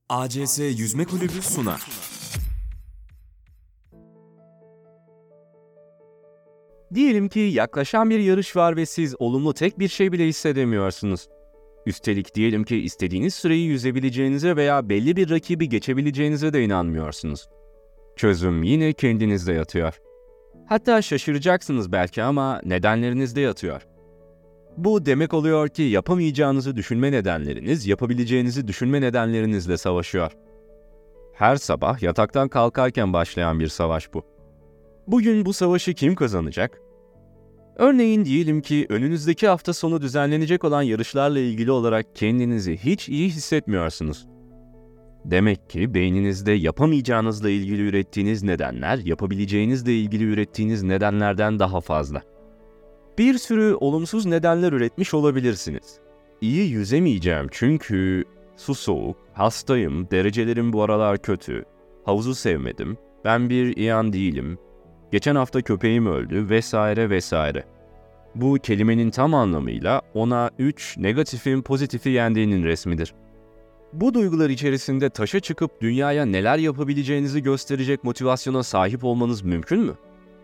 ACS Yüzme Kulübü sunar. Diyelim ki yaklaşan bir yarış var ve siz olumlu tek bir şey bile hissedemiyorsunuz. Üstelik diyelim ki istediğiniz süreyi yüzebileceğinize veya belli bir rakibi geçebileceğinize de inanmıyorsunuz. Çözüm yine kendinizde yatıyor. Hatta şaşıracaksınız belki ama nedenlerinizde yatıyor. Bu demek oluyor ki yapamayacağınızı düşünme nedenleriniz, yapabileceğinizi düşünme nedenlerinizle savaşıyor. Her sabah yataktan kalkarken başlayan bir savaş bu. Bugün bu savaşı kim kazanacak? Örneğin diyelim ki önünüzdeki hafta sonu düzenlenecek olan yarışlarla ilgili olarak kendinizi hiç iyi hissetmiyorsunuz. Demek ki beyninizde yapamayacağınızla ilgili ürettiğiniz nedenler, yapabileceğinizle ilgili ürettiğiniz nedenlerden daha fazla. Bir sürü olumsuz nedenler üretmiş olabilirsiniz. İyi yüzemeyeceğim çünkü su soğuk, hastayım, derecelerim bu aralar kötü, havuzu sevmedim, ben bir iyan değilim, geçen hafta köpeğim öldü vesaire vesaire. Bu kelimenin tam anlamıyla ona 3 negatifin pozitifi yendiğinin resmidir. Bu duygular içerisinde taşa çıkıp dünyaya neler yapabileceğinizi gösterecek motivasyona sahip olmanız mümkün mü?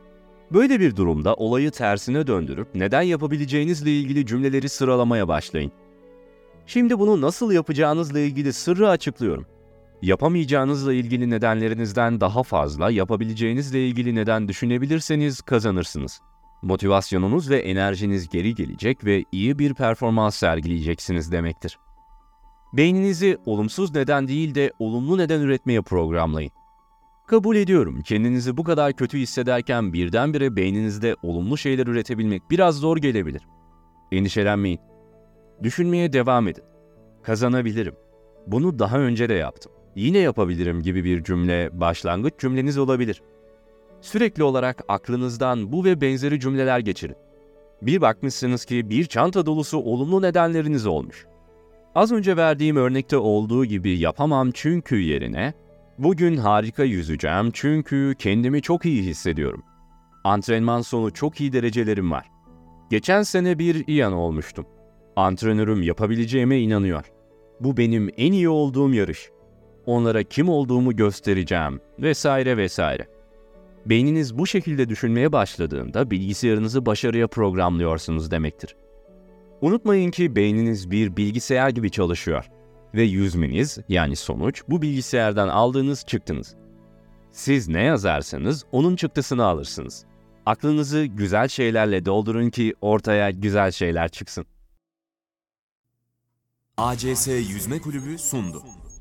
Böyle bir durumda olayı tersine döndürüp neden yapabileceğinizle ilgili cümleleri sıralamaya başlayın. Şimdi bunu nasıl yapacağınızla ilgili sırrı açıklıyorum. Yapamayacağınızla ilgili nedenlerinizden daha fazla yapabileceğinizle ilgili neden düşünebilirseniz kazanırsınız. Motivasyonunuz ve enerjiniz geri gelecek ve iyi bir performans sergileyeceksiniz demektir. Beyninizi olumsuz neden değil de olumlu neden üretmeye programlayın. Kabul ediyorum, kendinizi bu kadar kötü hissederken birdenbire beyninizde olumlu şeyler üretebilmek biraz zor gelebilir. Endişelenmeyin. Düşünmeye devam edin. Kazanabilirim. Bunu daha önce de yaptım. Yine yapabilirim gibi bir cümle başlangıç cümleniz olabilir. Sürekli olarak aklınızdan bu ve benzeri cümleler geçirin. Bir bakmışsınız ki bir çanta dolusu olumlu nedenleriniz olmuş. Az önce verdiğim örnekte olduğu gibi yapamam çünkü yerine bugün harika yüzeceğim çünkü kendimi çok iyi hissediyorum. Antrenman sonu çok iyi derecelerim var. Geçen sene bir iyan olmuştum. Antrenörüm yapabileceğime inanıyor. Bu benim en iyi olduğum yarış. Onlara kim olduğumu göstereceğim vesaire vesaire. Beyniniz bu şekilde düşünmeye başladığında bilgisayarınızı başarıya programlıyorsunuz demektir. Unutmayın ki beyniniz bir bilgisayar gibi çalışıyor ve yüzmeniz yani sonuç bu bilgisayardan aldığınız çıktınız. Siz ne yazarsanız onun çıktısını alırsınız. Aklınızı güzel şeylerle doldurun ki ortaya güzel şeyler çıksın. ACS Yüzme Kulübü sundu.